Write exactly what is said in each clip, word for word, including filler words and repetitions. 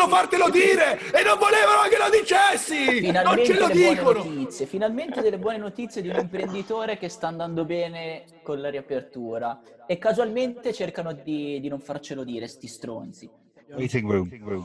volevano fartelo dire e non volevano che lo dicessi. Finalmente non ce lo delle dicono. buone notizie, finalmente delle buone notizie di un imprenditore che sta andando bene con la riapertura e casualmente cercano di, di non farcelo dire, sti stronzi. Waiting room. Io,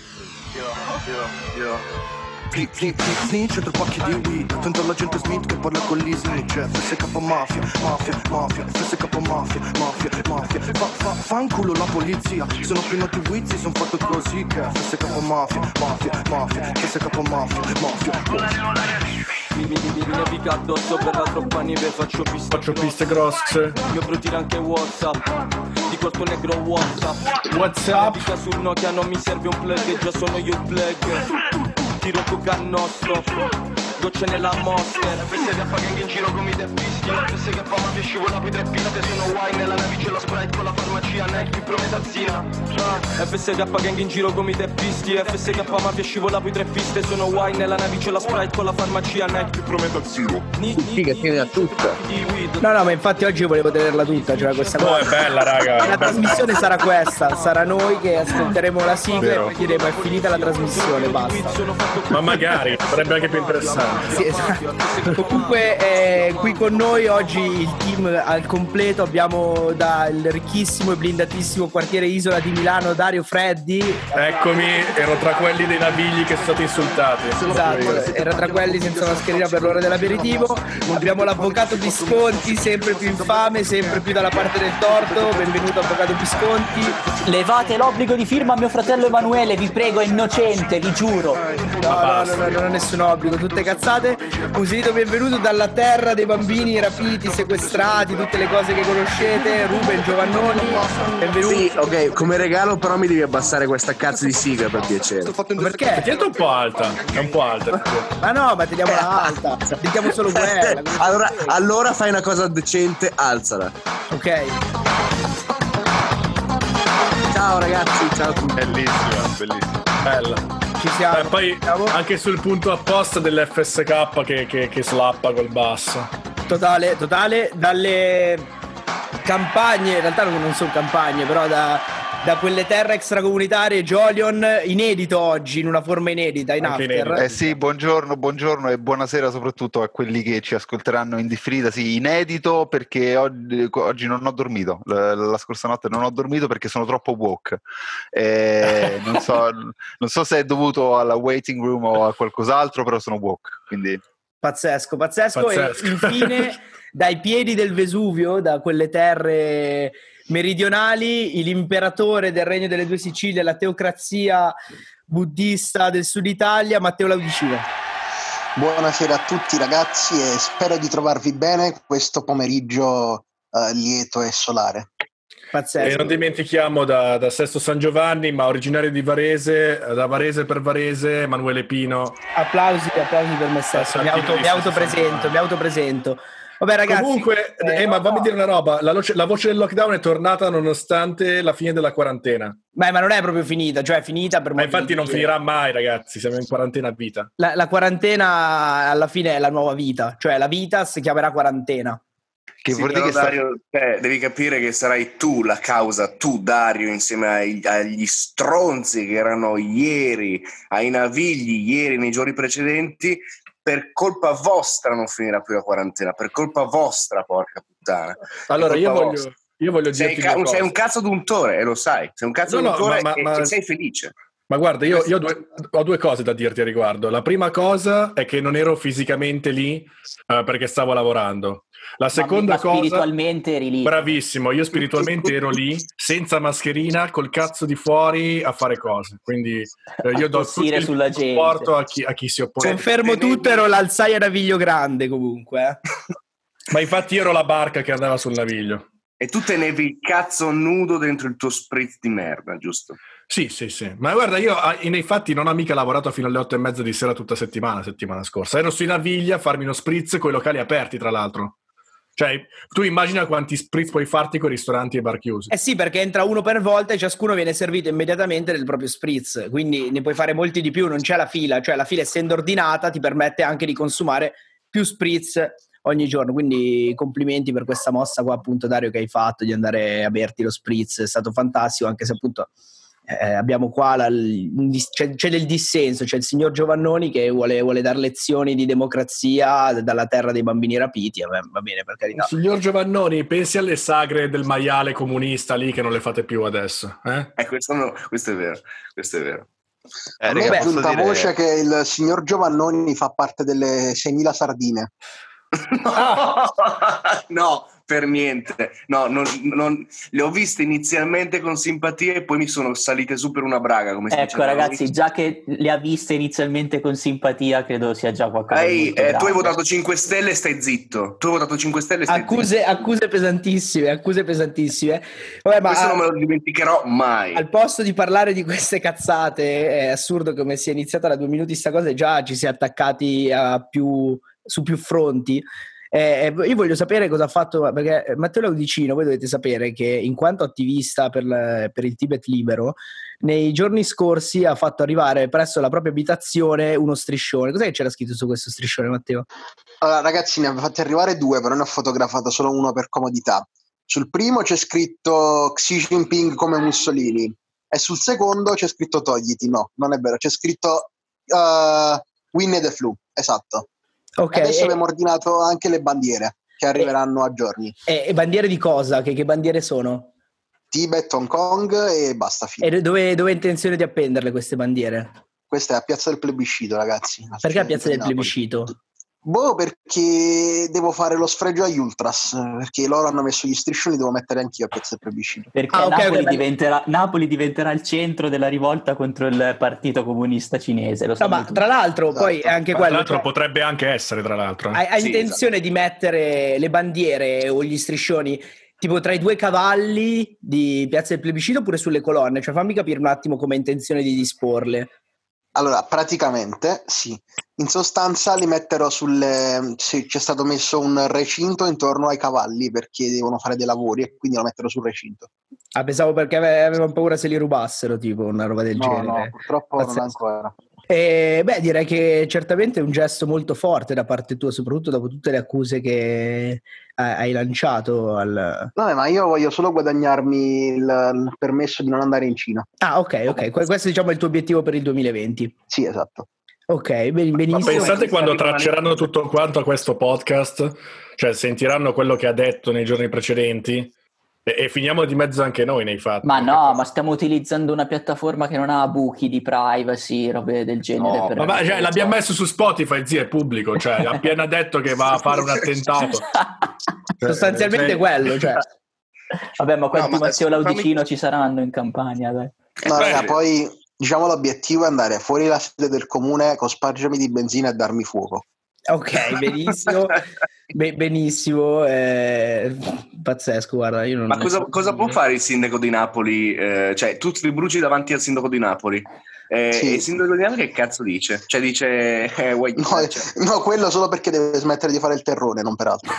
io, io. Fli, fli, fli, fli, c'è troppo occhi di weed. Attento alla gente Smith che parla con gli snitch. F S K mafia, mafia, mafia, F S K mafia, mafia, mafia. Fa, fa, fanculo la polizia. Sono pieno di wizzi, sono fatto così che F S K mafia, mafia, mafia, F S K mafia, mafia. Mi mi mi nevica addosso per la troppa neve. Faccio piste Faccio piste grosse. Mio bro tira anche WhatsApp. Di corpo negro WhatsApp. WhatsApp. Nevica sul Nokia non mi serve un plug. Già sono io il plug. Tiro coca nostro, gocce nella Monster. F S K gang in giro come i teppisti. F S K mafia scivola poi tre piste. Sono wine nella nave c'è la Sprite con la farmacia Nike più prometazzina. F S K gang in giro come i teppisti. F S K mafia scivola poi tre piste. Sono wine nella nave c'è la Sprite con la farmacia Nike più prometazzina. Figa, tiene a tutta. No, no, ma infatti oggi volevo tenerla tutta, cioè questa No, cosa. è bella, raga. La trasmissione sarà questa, sarà noi che ascolteremo la sigla Vero. e poi diremo è finita la trasmissione, basta. Ma magari, sarebbe anche più interessante. Sì, esatto. Comunque eh, qui con noi oggi il team al completo, abbiamo dal ricchissimo e blindatissimo quartiere Isola di Milano Dario Freddi. Eccomi, ero tra quelli dei navigli che sono stati insultati. Esatto, era tra quelli senza mascherina per l'ora dell'aperitivo. Abbiamo l'avvocato Visconti, sempre più infame, sempre più dalla parte del torto. Benvenuto avvocato Visconti. Levate l'obbligo di firma a mio fratello Emanuele, vi prego, è innocente, vi giuro. No, no, no, no, non ho nessun obbligo, tutte cazzate. Un sentito benvenuto dalla terra dei bambini rapiti, sequestrati, tutte le cose che conoscete. Ruben Giovannoni, benvenuto. Sì, ok, come regalo però mi devi abbassare questa cazzo di sigla per piacere. Perché? È un po' alta, è un po' alta. Ma no, ma teniamola alta. Sentiamo solo quella. Allora, allora fai una cosa decente, alzala. Ok. Ciao ragazzi, ciao a tutti. Bellissima, bellissima. Bella. Ci siamo. E poi Siamo. anche sul punto apposta dell'F S K che, che, che slappa col basso. Totale, totale. Dalle campagne, in realtà non sono campagne, però da, da quelle terre extracomunitarie, Jolion, inedito oggi, in una forma inedita, in Anche after. inedito. Eh sì, buongiorno, buongiorno e buonasera soprattutto a quelli che ci ascolteranno in differita. Sì, inedito perché oggi, oggi non ho dormito, la, la scorsa notte non ho dormito perché sono troppo woke. Eh, non, so, non so se è dovuto alla waiting room o a qualcos'altro, però sono woke, quindi... Pazzesco, pazzesco. Pazzesco. E infine, dai piedi del Vesuvio, da quelle terre meridionali, l'imperatore del Regno delle Due Sicilie, la teocrazia buddista del Sud Italia, Matteo Laudicino. Buonasera a tutti ragazzi e spero di trovarvi bene questo pomeriggio eh, lieto e solare. Pazzesco. E non dimentichiamo da, da Sesto San Giovanni, ma originario di Varese, da Varese per Varese, Emanuele Pino. Applausi, applausi per me stesso. Mi, auto, mi autopresento, mi autopresento. Vabbè ragazzi. Comunque, eh, eh, ma fammi no. dire una roba, la, loce- la voce del lockdown è tornata nonostante la fine della quarantena. Beh, ma non è proprio finita, cioè è finita per Ma modo infatti di non dire. finirà mai, ragazzi, siamo in quarantena a vita. La, la quarantena alla fine è la nuova vita, cioè la vita si chiamerà quarantena. Che Sì, vuol dire però, che sta... Dario, te, devi capire che sarai tu la causa, tu Dario, insieme ai- agli stronzi che erano ieri, ai navigli ieri nei giorni precedenti. Per colpa vostra non finirà più la quarantena, per colpa vostra, porca puttana. Allora, Per io colpa voglio, vostra. io voglio Sei, dirti ca- due sei cose. un cazzo d'untore, e lo sai, sei un cazzo No, no, d'untore ma- e, ma- e sei felice. Ma guarda, io, io ho, due, ho due cose da dirti a riguardo. La prima cosa è che non ero fisicamente lì eh, perché stavo lavorando. La seconda ma cosa... spiritualmente eri lì. Bravissimo, io spiritualmente ero lì, senza mascherina, col cazzo di fuori a fare cose. Quindi eh, io A do tutto tossire il sulla mio gente. supporto a chi, a chi si oppone. Confermo tenevi- tutto, ero l'Alzaia Naviglio Grande comunque. eh. Ma infatti io ero la barca che andava sul naviglio. E tu tenevi il cazzo nudo dentro il tuo spritz di merda, giusto? Sì, sì, sì. Ma guarda, io ah, nei fatti non ho mica lavorato fino alle otto e mezza di sera tutta settimana, settimana scorsa. Ero sui navigli a farmi uno spritz con i locali aperti, tra l'altro. Cioè, tu immagina quanti spritz puoi farti con i ristoranti e bar chiusi. Eh sì, perché entra uno per volta e ciascuno viene servito immediatamente del proprio spritz, quindi ne puoi fare molti di più, non c'è la fila, cioè la fila essendo ordinata ti permette anche di consumare più spritz ogni giorno, quindi complimenti per questa mossa qua appunto Dario che hai fatto di andare a berti lo spritz, è stato fantastico, anche se appunto eh, abbiamo qua la, c'è, c'è del dissenso, c'è il signor Giovannoni che vuole, vuole dar lezioni di democrazia dalla terra dei bambini rapiti. Va bene, per carità. Signor Giovannoni, pensi alle sagre del maiale comunista lì che non le fate più adesso, eh? Eh, questo, no, questo è vero, questo è vero. Eh, A me raga, è giunta posso dire- voce che il signor Giovannoni fa parte delle seimila sardine. No, per niente. No, non, non- le ho viste inizialmente con simpatia e poi mi sono salite su per una braga. Come si dice Ecco da noi. ragazzi, già che le ha viste inizialmente con simpatia, credo sia già qualcosa di Ehi, molto eh, tu hai grande. votato cinque Stelle e stai zitto. Tu hai votato cinque Stelle e stai Accuse, zitto. accuse pesantissime, accuse pesantissime. Vabbè, ma Questo a- non me lo dimenticherò mai. al posto di parlare di queste cazzate, è assurdo come sia iniziata da due minuti sta cosa e già ci si è attaccati a più, su più fronti. Eh, io voglio sapere cosa ha fatto, perché Matteo Laudicino, voi dovete sapere che in quanto attivista per, la- per il Tibet libero, nei giorni scorsi ha fatto arrivare presso la propria abitazione uno striscione. Cos'è che c'era scritto su questo striscione, Matteo? Allora, ragazzi, ne avevo fatti arrivare due, però ne ho fotografato solo uno per comodità. Sul primo c'è scritto Xi Jinping come Mussolini e sul secondo c'è scritto togliti. No, non è vero, c'è scritto uh, Winnie the Flu, esatto. Ok, E adesso e, abbiamo ordinato anche le bandiere che arriveranno a giorni. e- e bandiere di cosa? Che, che bandiere sono? Tibet, Hong Kong e basta, fine. E dove, dove hai intenzione di appenderle queste bandiere? Questa è a Piazza del Plebiscito, ragazzi. Perché a Cioè, Piazza del di Napoli. Plebiscito? Boh, perché devo fare lo sfregio agli Ultras, perché loro hanno messo gli striscioni, devo mettere anch'io a Piazza del Plebiscito. Perché Ah, ok, Napoli, ok, diventerà, Napoli diventerà il centro della rivolta contro il Partito Comunista Cinese. Lo No, sanno ma tutti. tra l'altro Esatto. poi è anche Tra quello, l'altro cioè, potrebbe anche essere, tra l'altro. eh. hai, hai Sì, intenzione di mettere le bandiere o gli striscioni tipo tra i due cavalli di Piazza del Plebiscito oppure sulle colonne? Cioè fammi capire un attimo come hai intenzione di disporle. Allora, praticamente sì. In sostanza li metterò sulle... Sì, c'è stato messo un recinto intorno ai cavalli perché devono fare dei lavori e quindi lo metterò sul recinto. Ah, pensavo perché ave- avevano paura se li rubassero, tipo una roba del No, genere. no, purtroppo Pazzesco. non ancora. E, beh, direi che certamente è un gesto molto forte da parte tua, soprattutto dopo tutte le accuse che hai hai lanciato al... Vabbè, ma io voglio solo guadagnarmi il, il permesso di non andare in Cina. Ah, ok, ok. Que- Questo diciamo è il tuo obiettivo per il duemilaventi. Sì, esatto. Ok, ben- Ma benissimo. pensate quando Arriva una tracceranno lettera. tutto quanto a questo podcast, cioè sentiranno quello che ha detto nei giorni precedenti e, e finiamo di mezzo anche noi nei fatti. Ma no, ma stiamo utilizzando una piattaforma che non ha buchi di privacy, robe del genere. No, per Ma va, cioè, l'abbiamo messo su Spotify, zio, è pubblico, cioè ha appena detto che va a fare un attentato. Sostanzialmente Cioè, quello, cioè. Vabbè, ma quanti No, ma Matteo fammi- Laudicino ci saranno in campagna, dai. No, Eh, raga, beh, poi diciamo l'obiettivo è andare fuori la sede del comune con spargermi di benzina e darmi fuoco. Ok, benissimo. Be- benissimo. eh, Pazzesco, guarda, io non... Ma cosa, cosa può fare il sindaco di Napoli? Eh, cioè, tu ti bruci davanti al sindaco di Napoli. Eh, Sì. E il sindaco di Napoli che cazzo dice? Cioè dice... Eh, vuoi- No, cioè- no, quello solo perché deve smettere di fare il terrone, non per altro.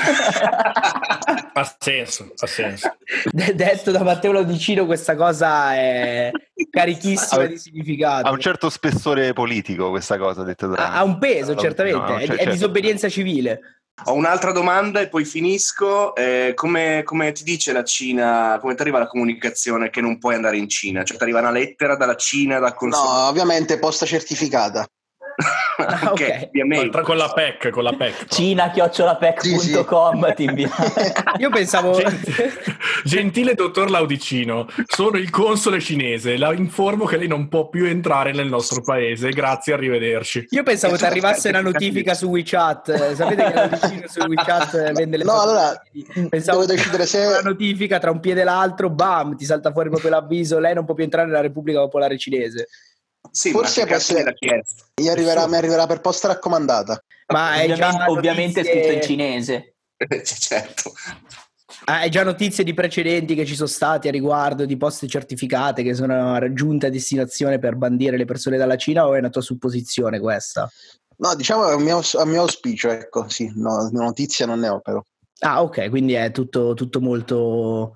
Ha senso, ha senso. De- detto da Matteo Laudicino, questa cosa è carichissima Ha- di significato. Ha un certo spessore politico questa cosa detta da... Ha, ha un peso, da- certamente, no, è, cioè- è cioè- disobbedienza civile. Ho un'altra domanda e poi finisco. Eh, come, come ti dice la Cina? Come ti arriva la comunicazione che non puoi andare in Cina? Cioè ti arriva una lettera dalla Cina, dal consolato? No, ovviamente posta certificata. Ah, ok. Ok, via mail. Tra con la P E C, con la P E C. Cina chiocciolapec punto com ti invia. Io pensavo... Gentile, gentile dottor Laudicino, sono il console cinese, la informo che lei non può più entrare nel nostro paese, grazie, arrivederci. Io pensavo ti arrivasse una notifica su WeChat. Eh, Sapete che Laudicino su WeChat eh, vende le No, foto? allora, Pensavo devo decidere se- una notifica tra un piede e l'altro, bam, ti salta fuori proprio l'avviso, lei non può più entrare nella Repubblica Popolare Cinese. Sì, Forse ma che cazzo può gliel'ha chiesto? Mi arriverà, mi arriverà per posta raccomandata. Ma hai già Ovviamente, ovviamente è notizie- scritto in cinese. Certo. Ah, hai già notizie di precedenti che ci sono stati a riguardo di poste certificate che sono raggiunte a destinazione per bandire le persone dalla Cina, o è una tua supposizione questa? No, diciamo è un mio, è un mio auspicio, ecco, sì, no, notizia non ne ho però. Ah, ok, quindi è tutto, tutto molto,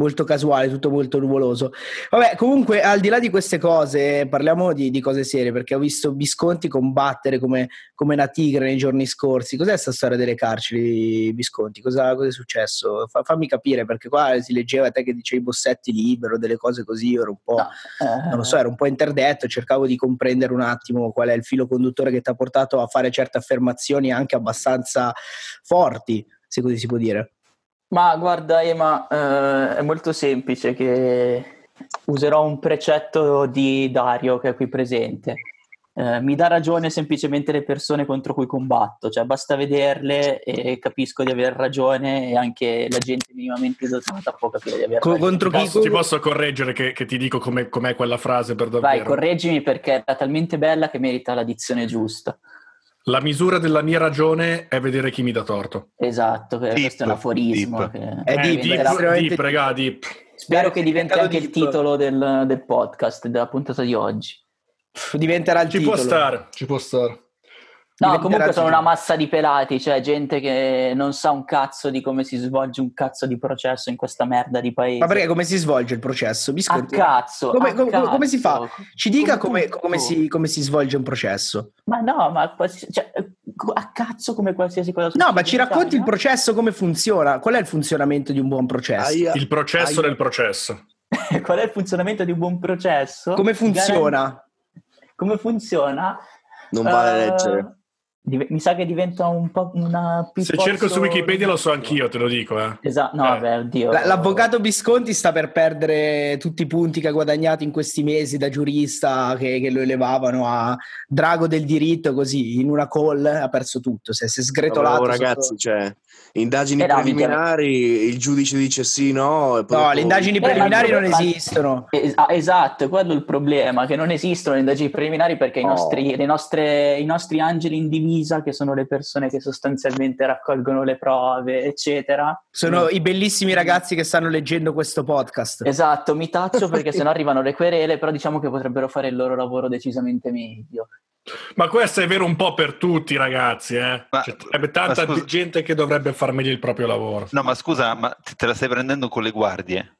molto casuale, tutto molto nuvoloso. Vabbè, comunque, al di là di queste cose, parliamo di, di cose serie, perché ho visto Visconti combattere come, come una tigre nei giorni scorsi. Cos'è sta storia delle carceri, Visconti? Cosa, cosa è successo? Fa, fammi capire, perché qua si leggeva te che dicevi Bossetti libero, delle cose così, io ero un po', No, eh, non lo so, ero un po' interdetto, cercavo di comprendere un attimo qual è il filo conduttore che ti ha portato a fare certe affermazioni anche abbastanza forti, se così si può dire. Ma guarda Ema, eh, è molto semplice che userò un precetto di Dario che è qui presente. Eh, mi dà ragione semplicemente le persone contro cui combatto, cioè basta vederle e capisco di aver ragione, e anche la gente minimamente dotata può capire di aver Co- ragione. contro Ti chi? posso, ti posso correggere che, che ti dico com'è, com'è quella frase per davvero? Vai, correggimi perché è talmente bella che merita la dizione giusta. La misura della mia ragione è vedere chi mi dà torto. Esatto, Deep, questo è un aforismo. deep. Che È eh, deep, diventerà- è estremamente Deep, raga, deep. Spero che diventi Peccato anche il deep. titolo del, del podcast, della puntata di oggi. Pff, diventerà il Ci titolo. può stare, ci può stare. No, Diventerà comunque sono titolo. una massa di pelati, cioè gente che non sa un cazzo di come si svolge un cazzo di processo in questa merda di paese. Ma perché come si svolge il processo? A Visconti? cazzo, Come, a come- cazzo. come si fa? Ci dica come, tutto. come si, come si svolge un processo. Ma no, ma qualsiasi- cioè, a cazzo come qualsiasi cosa. No, ma succede ci in racconti il Italia. processo, come funziona? Qual è il funzionamento di un buon processo? Aia. Il processo Aia. del processo. Qual è il funzionamento di un buon processo? Come funziona? Garan- Come funziona? Non vale Eh, leggere. div- mi sa che diventa un po' una Se piuttosto- cerco su Wikipedia lo so anch'io, te lo dico. Eh. Esatto, no, Eh. vabbè, oddio. La- L'avvocato Visconti sta per perdere tutti i punti che ha guadagnato in questi mesi da giurista che, che lo elevavano a drago del diritto, così in una call ha perso tutto, si è, si è sgretolato. Bravo, ragazzi, sotto- cioè, indagini Eh, Davide. preliminari, il giudice dice sì, no. E poi No, dopo- le indagini Eh, preliminari ma- non ma- esistono. Es- ah, esatto, è quello il problema, che non esistono le indagini preliminari perché i, Oh. nostri, le nostre, i nostri angeli in divisa, che sono le persone che sostanzialmente raccolgono le prove, eccetera. Sono Mm. i bellissimi ragazzi che stanno leggendo questo podcast. Esatto, mi taccio perché sennò arrivano le querele, però diciamo che potrebbero fare il loro lavoro decisamente meglio. Ma questo è vero un po' per tutti, ragazzi. Eh. Ma- C'è sarebbe tanta ma scusa- gente che dovrebbe far meglio il proprio lavoro. No, ma scusa, ma te te la stai prendendo con le guardie?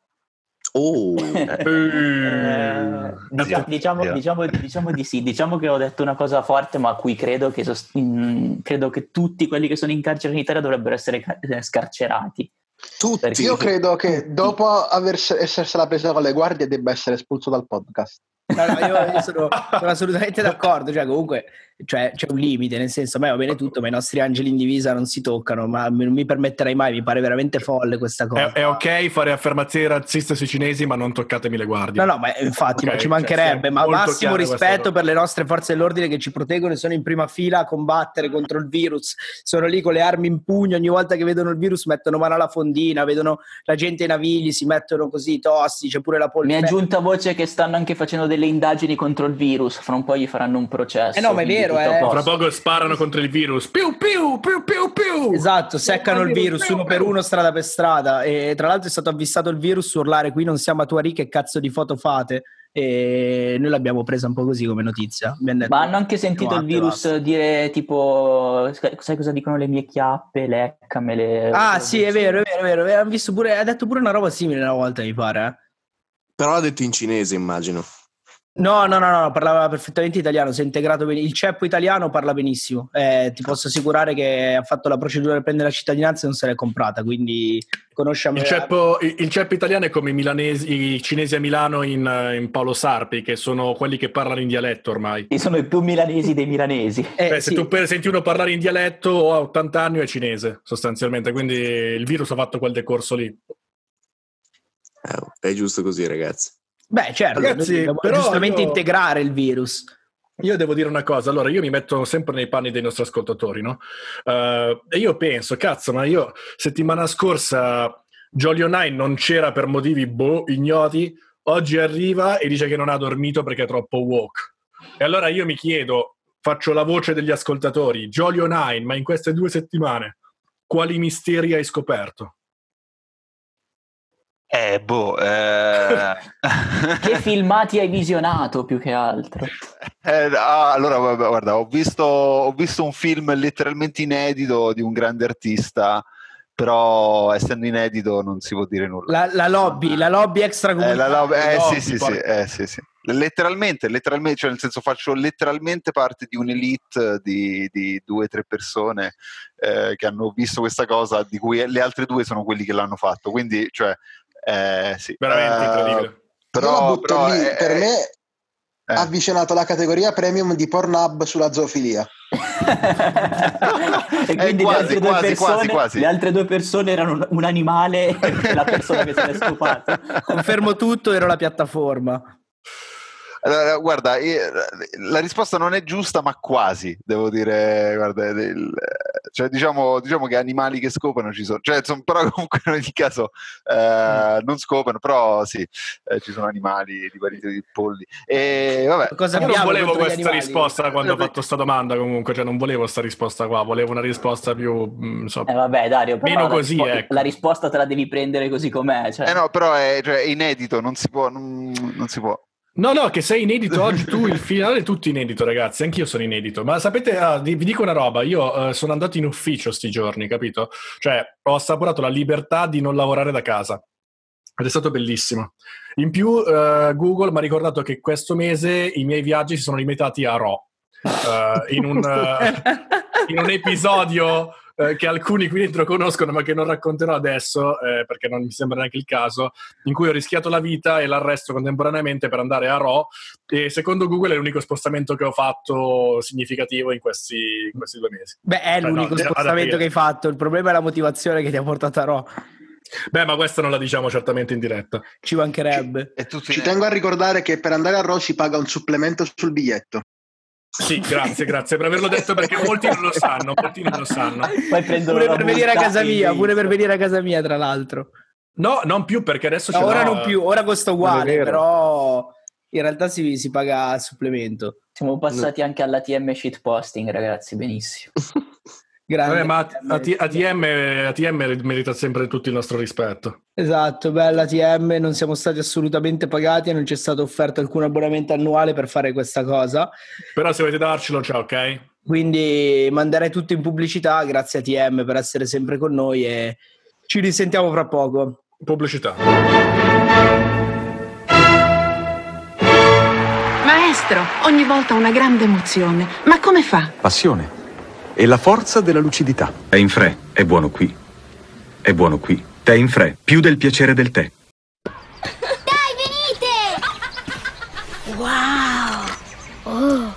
Oh, Eh, dicia- Oddio, diciamo, oddio. diciamo- diciamo di sì, diciamo che ho detto una cosa forte, ma a cui credo che, sost- mm, credo che tutti quelli che sono in carcere in Italia dovrebbero essere ca- eh, scarcerati. tutti. Perché- Io credo che dopo aver essersela presa con le guardie debba essere espulso dal podcast. No, no, io, io sono, sono assolutamente d'accordo, cioè comunque cioè, c'è un limite, nel senso a me va bene tutto, ma i nostri angeli in divisa non si toccano, ma non mi permetterei mai, mi pare veramente folle questa cosa. È, è ok fare affermazioni razziste sui cinesi, ma non toccatemi le guardie. No, no, ma infatti Ok, ma ci cioè, mancherebbe, sì, ma molto massimo chiara questa rispetto roba. per le nostre forze dell'ordine che ci proteggono e sono in prima fila a combattere contro il virus, sono lì con le armi in pugno, ogni volta che vedono il virus mettono mano alla fondina, vedono la gente in navigli, si mettono così tosti, c'è pure la Mi è polvere. giunta voce che stanno anche facendo delle indagini contro il virus, fra un po' gli faranno un processo. Eh no, ma è quindi vero, tutto a eh. posto. Fra poco sparano contro il virus. Piu piu piu piu piu. Esatto, seccano il virus uno per uno strada per strada e tra l'altro è stato avvistato il virus urlare qui non siamo a Tuareg, che cazzo di foto fate? E noi l'abbiamo presa un po' così come notizia. Abbiamo detto, Ma hanno anche sentito il "Fate, virus basta". dire tipo, sai cosa dicono le mie chiappe, leccamele. Ah sì, è vero, è vero, è vero, hanno visto pure, ha detto pure una roba simile una volta mi pare eh. Però l'ha detto in cinese, immagino. No, no, no, no, parlava perfettamente italiano, si è integrato bene. Il ceppo italiano parla benissimo. Eh, ti posso assicurare che ha fatto la procedura per prendere la cittadinanza e non se l'è comprata, quindi conosce Il ceppo, il, il ceppo italiano è come i, milanesi, i cinesi a Milano in, in Paolo Sarpi, che sono quelli che parlano in dialetto ormai. E sono i più milanesi dei milanesi. Eh, Cioè, se sì. tu per- senti uno parlare in dialetto o a ottanta anni è cinese, sostanzialmente. Quindi il virus ha fatto quel decorso lì. Eh, è giusto così, ragazzi. Beh, certo, Ragazzi, noi dobbiamo però giustamente io- integrare il virus. Io devo dire una cosa, allora io mi metto sempre nei panni dei nostri ascoltatori, no? Eh, e io penso, cazzo, ma io settimana scorsa Jolly o Nine non c'era per motivi boh, ignoti, oggi arriva e dice che non ha dormito perché è troppo woke. E allora io mi chiedo, faccio la voce degli ascoltatori, Jolly o Nine, ma in queste due settimane quali misteri hai scoperto? Eh, boh. Eh... Che filmati hai visionato più che altro? Eh, ah, allora, vabbè, guarda, ho visto, ho visto un film letteralmente inedito di un grande artista però essendo inedito non si può dire nulla. La, la lobby, la lobby extracomunitaria. Eh, la lobby, eh, lobby, sì, sì, poi. sì, eh, sì, sì. Letteralmente, letteralmente, cioè nel senso faccio letteralmente parte di un'elite di, di due o tre persone eh, che hanno visto questa cosa, di cui le altre due sono quelli che l'hanno fatto, quindi cioè eh, sì. Veramente Eh, incredibile. però, Io la butto però, lì, eh, per me eh. ha avvicinato la categoria premium di Pornhub sulla zoofilia. E quindi Eh, quasi, le, altre due quasi, persone, quasi, quasi. le altre due persone erano un, un animale e la persona che se l'è scopato. Confermo tutto, ero la piattaforma. Allora, guarda, io, la risposta non è giusta, ma quasi, devo dire, guarda, il, cioè, diciamo, diciamo che animali che scopano ci sono, cioè, insomma, però comunque in ogni caso eh, non scopano, però sì, eh, ci sono animali di vari tipi di polli. E vabbè. Cosa Io non abbiamo volevo contro gli questa animali? risposta quando ho fatto sta domanda, comunque, cioè non volevo questa risposta qua, volevo una risposta più, mh, so, Eh vabbè Dario, però meno la così, rispo- ecco. la risposta te la devi prendere così com'è. Cioè. Eh no, però è, cioè, è inedito, non si può, non, non si può. No, no, che sei inedito oggi tu, il finale è tutto inedito, ragazzi, anch'io sono inedito, ma sapete, ah, vi vi dico una roba, io eh, sono andato in ufficio sti giorni, capito? Cioè, ho assapurato la libertà di non lavorare da casa, ed è stato bellissimo. In più, eh, Google mi ha ricordato che questo mese i miei viaggi si sono limitati a Raw, eh, in, un, eh, in un episodio eh, che alcuni qui dentro conoscono ma che non racconterò adesso eh, perché non mi sembra neanche il caso, in cui ho rischiato la vita e l'arresto contemporaneamente per andare a Raw, e secondo Google è l'unico spostamento che ho fatto significativo in questi, in questi due mesi. Beh, è Cioè, l'unico no, ad spostamento aprile. che hai fatto. Il problema è la motivazione che ti ha portato a Raw. Beh, ma questa non la diciamo certamente in diretta. Ci mancherebbe. E tutti Ci ne- tengo a ricordare che per andare a Raw si paga un supplemento sul biglietto. Sì, grazie, grazie per averlo detto perché molti non lo sanno, molti non lo sanno. Poi prendono Pure la per venire a multa casa e mia, lì- pure per venire a casa mia, tra l'altro. No, non più perché adesso No, ce ora l'ho, non più, ora costa uguale, vero. però in realtà si, si paga il supplemento. Siamo passati anche all'A T M shitposting, ragazzi, benissimo. Grande. Vabbè, ma A T- A T M, A T M merita sempre tutto il nostro rispetto. Esatto, bella T M, non siamo stati assolutamente pagati e non ci è stato offerto alcun abbonamento annuale per fare questa cosa. Però se volete darcelo, ciao, ok? Quindi manderei tutto in pubblicità, grazie a T M per essere sempre con noi e ci risentiamo fra poco. Pubblicità. Maestro, ogni volta una grande emozione. Ma come fa? Passione e la forza della lucidità. Tè in Fre è buono qui. È buono qui. Tè in Fre, più del piacere del tè. Dai, venite! Wow! Oh.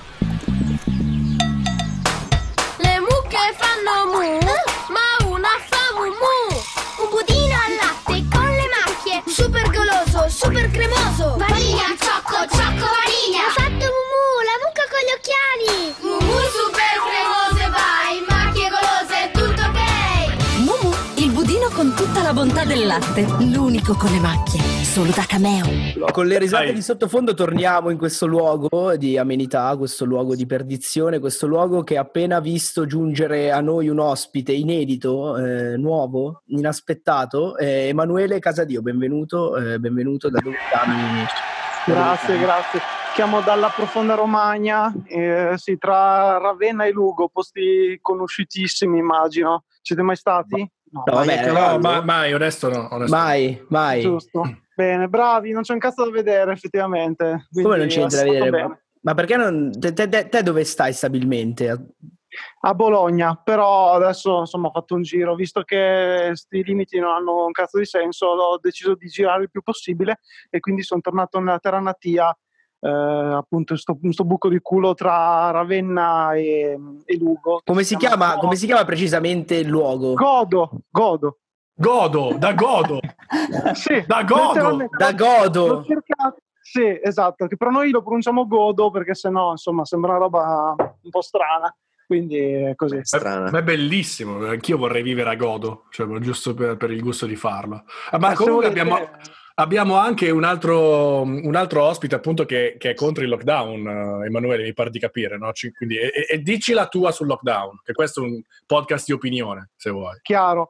Le mucche fanno mu, ma una fa mu mu. Un budino al latte con le macchie, super goloso, super cremoso. Vaniglia, ciocco, ciocco, vaniglia. Ha fatto mu mu, la mucca con gli occhiali. Mu mu super cremoso e vai, macchie golose, tutto ok. Mumu, il budino con tutta la bontà del latte, l'unico con le macchie, solo da Cameo. Con le risate Dai. di sottofondo torniamo in questo luogo di amenità, questo luogo di perdizione, questo luogo che ha appena visto giungere a noi un ospite inedito, eh, nuovo, inaspettato, eh, Emanuele Casadio, benvenuto, eh, benvenuto da dove chiami? Grazie, grazie. Chiamo dalla profonda Romagna, eh, sì, tra Ravenna e Lugo, posti conosciutissimi, immagino. Siete mai stati? No, No, vabbè, che No, bello. ma, mai, onesto no. Onesto. Mai, mai. giusto. Bene, bravi, non c'è un cazzo da vedere, effettivamente. Quindi Come non c'entra da è stato vedere? bene. Ma perché non... Te, te- te- te dove stai stabilmente? A Bologna, però adesso insomma ho fatto un giro, visto che sti limiti non hanno un cazzo di senso, ho deciso di girare il più possibile e quindi sono tornato nella terra natia, eh, appunto in sto, in sto buco di culo tra Ravenna e, e Lugo. Come si chiama, Godo. come si chiama precisamente il luogo? Godo, Godo. Godo, da godo. Sì, Da Godo. letteralmente. Da Godo. L'ho cercato. Sì, esatto, che però noi lo pronunciamo Godo perché sennò insomma sembra una roba un po' strana, quindi è così. Strana. Ma è bellissimo, anch'io vorrei vivere a Godo, cioè, giusto per, per il gusto di farlo. Ah, ma Eh, se comunque volete- abbiamo, abbiamo anche un altro, un altro ospite appunto che, che è contro il lockdown, eh, Emanuele, mi pare di capire, no? Ci- quindi, e, e dici la tua sul lockdown, che questo è un podcast di opinione, se vuoi. Chiaro.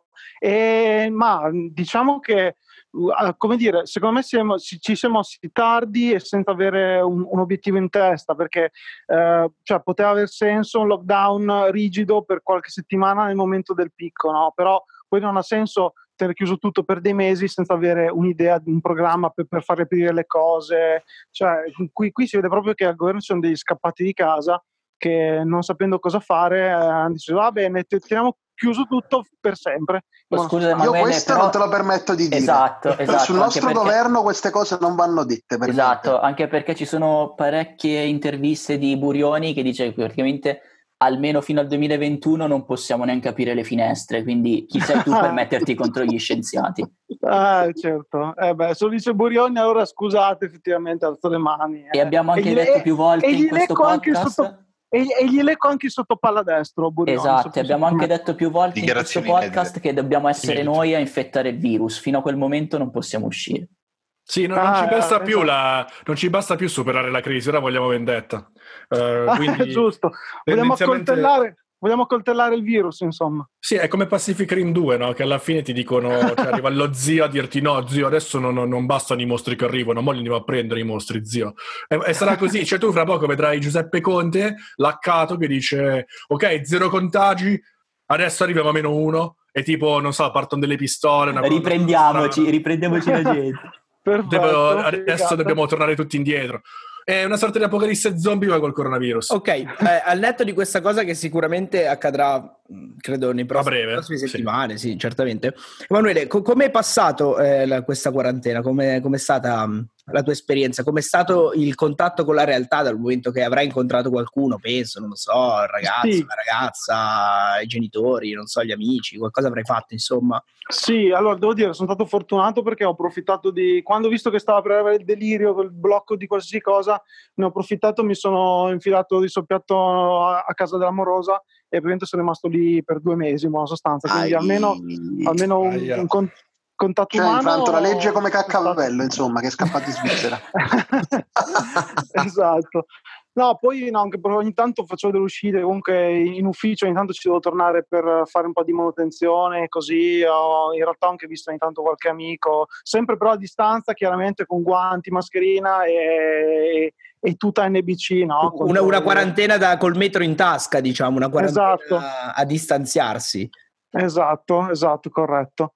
E, ma diciamo che, uh, come dire, secondo me siamo, ci ci siamo mossi tardi e senza avere un, un obiettivo in testa, perché eh, cioè, poteva aver senso un lockdown rigido per qualche settimana nel momento del picco, no? Però poi poi non ha senso tenere chiuso tutto per dei mesi senza avere un'idea di un programma per, per far riaprire le cose. Cioè, qui, qui si vede proprio che al governo ci sono degli scappati di casa che, non sapendo cosa fare, eh, hanno deciso va bene, teniamo chiuso tutto per sempre. Oh, scusa, io Emanuele, questo però... non te lo permetto di dire. Esatto, esatto, sul nostro perché... governo queste cose non vanno dette. Per esatto, niente. Anche perché ci sono parecchie interviste di Burioni che dice che praticamente almeno fino al duemilaventuno non possiamo neanche aprire le finestre, quindi chi sei tu per metterti contro gli scienziati? Ah, certo. Eh beh, se lo dice Burioni, allora scusate, effettivamente alzo le mani. Eh. E abbiamo anche e detto gli, più volte in questo podcast... Sotto, e, e gli leggo anche sotto palla destro, Burioni. Esatto, abbiamo anche detto più volte in questo podcast inedite. che dobbiamo essere Inedite. noi a infettare il virus. Fino a quel momento non possiamo uscire. Sì, no, non, Ah, ci basta eh, più esatto. la, non ci basta più superare la crisi, ora vogliamo vendetta. Uh, quindi, Ah, giusto, vogliamo tendenzialmente- accoltellare, vogliamo accoltellare il virus, insomma. Sì, è come Pacific Rim due, no? Che alla fine ti dicono, cioè arriva lo zio a dirti no, zio, adesso non, non bastano i mostri che arrivano, mo li andiamo a prendere i mostri, zio. E, e sarà così, cioè tu fra poco vedrai Giuseppe Conte, laccato, che dice ok, zero contagi, adesso arriviamo a meno uno, e tipo, non so, partono delle pistole. Una Riprendiamoci, riprendiamoci la gente. Devo- Perfetto, adesso figata. dobbiamo tornare tutti indietro. È una sorta di apocalisse zombie ma col coronavirus. Ok, eh, al netto di questa cosa che sicuramente accadrà, mh, credo, nei prossimi, breve, prossime sì. settimane, sì, certamente. Emanuele, co- come è passato eh, la- questa quarantena? Come è stata mh, la tua esperienza? Com'è stato il contatto con la realtà dal momento che avrai incontrato qualcuno, penso, non lo so, il ragazzo, Sì. la ragazza, i genitori, non so, gli amici, qualcosa avrai fatto, insomma. Sì, allora devo dire, sono stato fortunato perché ho approfittato di... Quando ho visto che stava per arrivare il delirio, quel blocco di qualsiasi cosa, ne ho approfittato, mi sono infilato di soppiatto a, a casa dell'amorosa e praticamente sono rimasto lì per due mesi, in buona sostanza. Quindi Ai. almeno, almeno un, Aia. un con- contatto Cioè, umano... infranto la legge come è stato- Caccavello, insomma, che è scappato in Svizzera. Esatto. No, poi no, anche perché ogni tanto facevo delle uscite, comunque in ufficio ogni tanto ci devo tornare per fare un po' di manutenzione, così ho in realtà ho anche visto ogni tanto qualche amico, sempre però a distanza, chiaramente con guanti, mascherina e, e tuta N B C, no? Una, una quarantena da, col metro in tasca, diciamo, una quarantena Esatto. a, a distanziarsi. Esatto, esatto, corretto.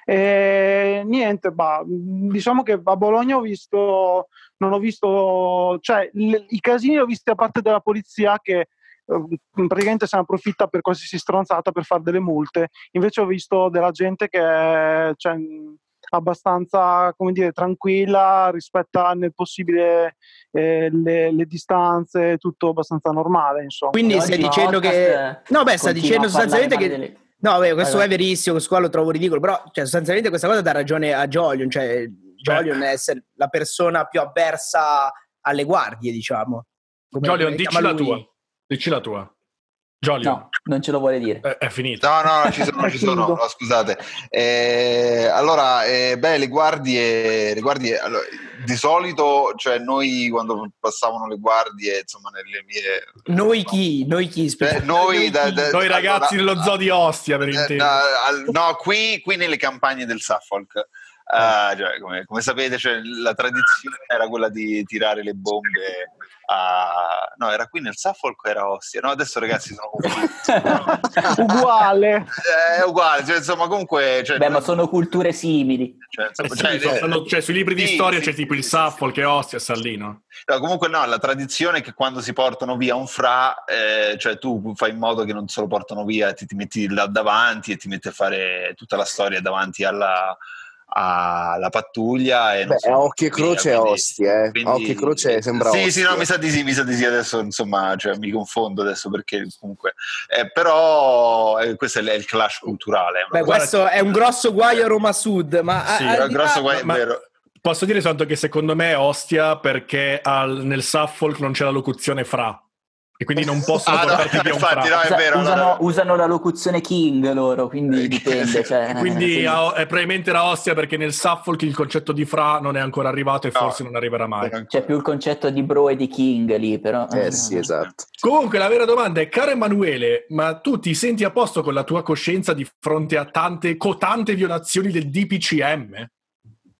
E niente, bah, diciamo che a Bologna ho visto, non ho visto, cioè l- i casini li ho visti a parte della polizia che eh, praticamente se ne approfitta per qualsiasi stronzata per fare delle multe, invece ho visto della gente che è cioè, abbastanza, come dire, tranquilla, rispetta nel possibile eh, le, le distanze, tutto abbastanza normale, insomma. Quindi stai Oggi dicendo podcast, che... eh, No, beh, sta continua dicendo a parlare sostanzialmente male che... delle- No, beh, questo Vai, è vai. verissimo, questo qua lo trovo ridicolo, però cioè, sostanzialmente questa cosa dà ragione a Jolion, cioè Jolion è essere la persona più avversa alle guardie, diciamo. Come- Jolion, come dici chiama la lui. tua. Dici la tua. Jolion. No, non ce lo vuole dire. È, è finito. No, no, ci sono, ci sono, no, scusate. Eh, allora, eh, beh, le guardie, le guardie allora, di solito, cioè noi quando passavano le guardie, insomma, nelle mie... Noi chi? Noi chi? Eh, noi, da- da- Noi ragazzi allora, dello zoo di Ostia, per eh, intendere. no, al- no, qui, qui nelle campagne del Suffolk. Uh, cioè, come, come sapete, cioè, la tradizione era quella di tirare le bombe a... No, era qui nel Suffolk o era Ostia? No, adesso ragazzi sono confuso. Uguale. È uguale, cioè, insomma, comunque... Cioè, Beh, ma sono culture simili. cioè, insomma, Eh sì, cioè, sono- eh, sono- cioè, sui libri di sì, storia sì, c'è tipo sì, il sì, Suffolk e Ostia e Sallino. No, comunque no, la tradizione è che quando si portano via un fra, eh, cioè tu fai in modo che non se lo portano via, ti, ti metti là davanti e ti metti a fare tutta la storia davanti alla, alla pattuglia. E non Beh, so, a occhio e via, croce è quindi- Ostia, eh. quindi- A occhio e croce sembra Sì, sì, Ostia. no, mi sa di sì, mi sa di sì adesso, insomma, cioè, mi confondo adesso perché comunque... Eh, però eh, questo è il clash culturale. è una Beh, cosa- questo è un grosso guaio a Roma Sud, ma... a- Sì, al Era di grosso là- guai- è ma- vero. Posso dire soltanto che secondo me è Ostia perché al- nel Suffolk non c'è la locuzione fra e quindi non possono Ah, no, portarti via un infatti, fra. no, è Usa- vero, usano, allora- usano la locuzione King loro, quindi dipende. Cioè, Quindi sì. a- è probabilmente era Ostia perché nel Suffolk il concetto di fra non è ancora arrivato e No. forse non arriverà mai. C'è più il concetto di bro e di King lì, però. Eh sì, esatto. Comunque la vera domanda è, caro Emanuele, ma tu ti senti a posto con la tua coscienza di fronte a tante, cotante violazioni del D P C M?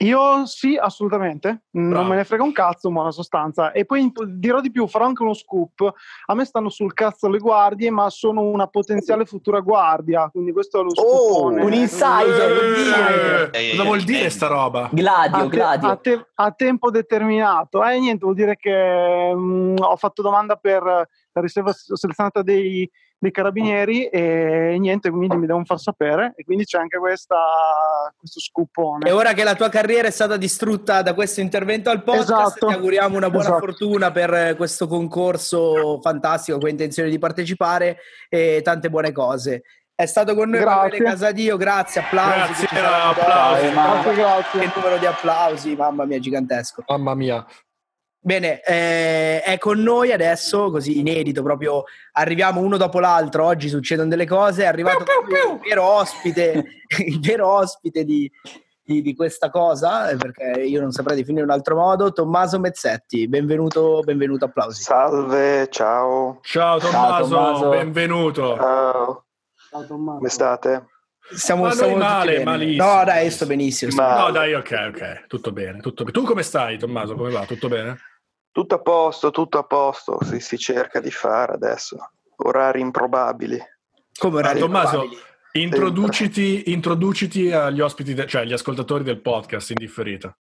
Io sì, assolutamente, non Bravo. me ne frega un cazzo, in buona sostanza. E poi dirò di più, farò anche uno scoop. A me stanno sul cazzo le guardie, ma sono una potenziale futura guardia, quindi questo è lo scoopone. un insider, vuol dire. Eh, Cosa vuol dire sta roba? Gladio, a, te- gladio. a, te- a tempo determinato. Eh, niente, vuol dire che mh, ho fatto domanda per la riserva selezionata dei, dei carabinieri e niente, quindi mi devono far sapere e quindi c'è anche questa, questo scoopone. E ora che la tua carriera è stata distrutta da questo intervento al podcast, Esatto. ti auguriamo una buona Esatto. fortuna per questo concorso fantastico che hai intenzione di partecipare e tante buone cose. È stato con noi Grazie. Emanuele Casadio, grazie, applausi. Grazie, che ci saranno applausi. dopo. Grazie, grazie. Che numero di applausi, mamma mia, gigantesco. Mamma mia. Bene, eh, è con noi adesso, così inedito, proprio arriviamo uno dopo l'altro, oggi succedono delle cose, è arrivato il vero ospite, il vero ospite di, di, di questa cosa, eh, perché io non saprei definire in un altro modo, Tommaso Mezzetti, benvenuto, benvenuto, applausi. Salve, ciao. Ciao Tommaso, Ciao, Tommaso. benvenuto. Ciao. Ciao, Tommaso. Come state? Stiamo, Ma noi stiamo tutti male, bene. malissimo. No, dai, sto benissimo. sto Ma- No, dai, ok, ok, tutto bene, tutto bene. Tu come stai, Tommaso? Come va? Tutto bene? Tutto a posto, tutto a posto. Si, si cerca di fare adesso. Orari improbabili. Come Ah, orari Tommaso, improbabili. introduciti, introduciti agli ospiti, de- cioè agli ascoltatori del podcast in differita.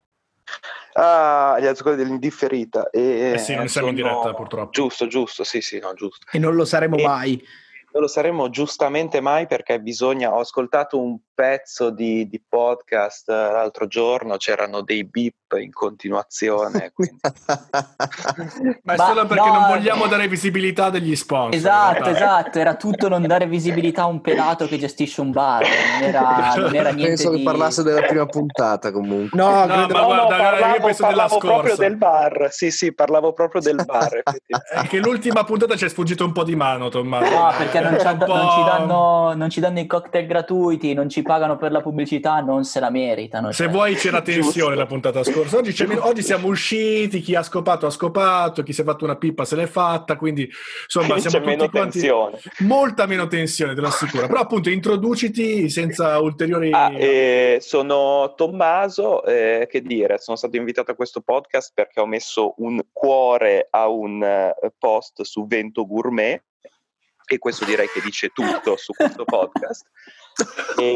Ah, gli ascolti dell'indifferita. E Eh sì, non siamo in sono- diretta purtroppo. Giusto, giusto, sì, sì, no, giusto. E non lo saremo E- mai. Non lo saremo giustamente mai perché bisogna. Ho ascoltato un pezzo di, di podcast eh, l'altro giorno, c'erano dei beep in continuazione. quindi- Ma è Ma solo perché no, non vogliamo dare visibilità degli sponsor. Esatto, in realtà. esatto, era tutto non dare visibilità a un pelato che gestisce un bar, non era, non era niente Penso che di... parlasse della prima puntata comunque. No, No, credo- ma No, guarda, no, guarda, io parlavo, penso della parlavo proprio scorsa. del bar. Sì, sì, parlavo proprio del bar. effettivamente. È che l'ultima puntata ci è sfuggito un po' di mano, Tommaso. No, perché non, ci, Un po'- non ci danno, non ci danno i cocktail gratuiti, non ci pagano per la pubblicità, non se la meritano. Se cioè. vuoi c'era tensione Giusto. la puntata scorsa. Oggi, c'è meno- oggi siamo usciti, chi ha scopato ha scopato, chi si è fatto una pippa se l'è fatta, quindi insomma Quindi siamo c'è tutti meno quanti tensione. molta meno tensione, te lo assicuro. Però appunto introduciti senza ulteriori... Ah, eh, sono Tommaso, eh, che dire, sono stato invitato a questo podcast perché ho messo un cuore a un eh, post su Vento Gourmet e questo direi che dice tutto su questo podcast. E,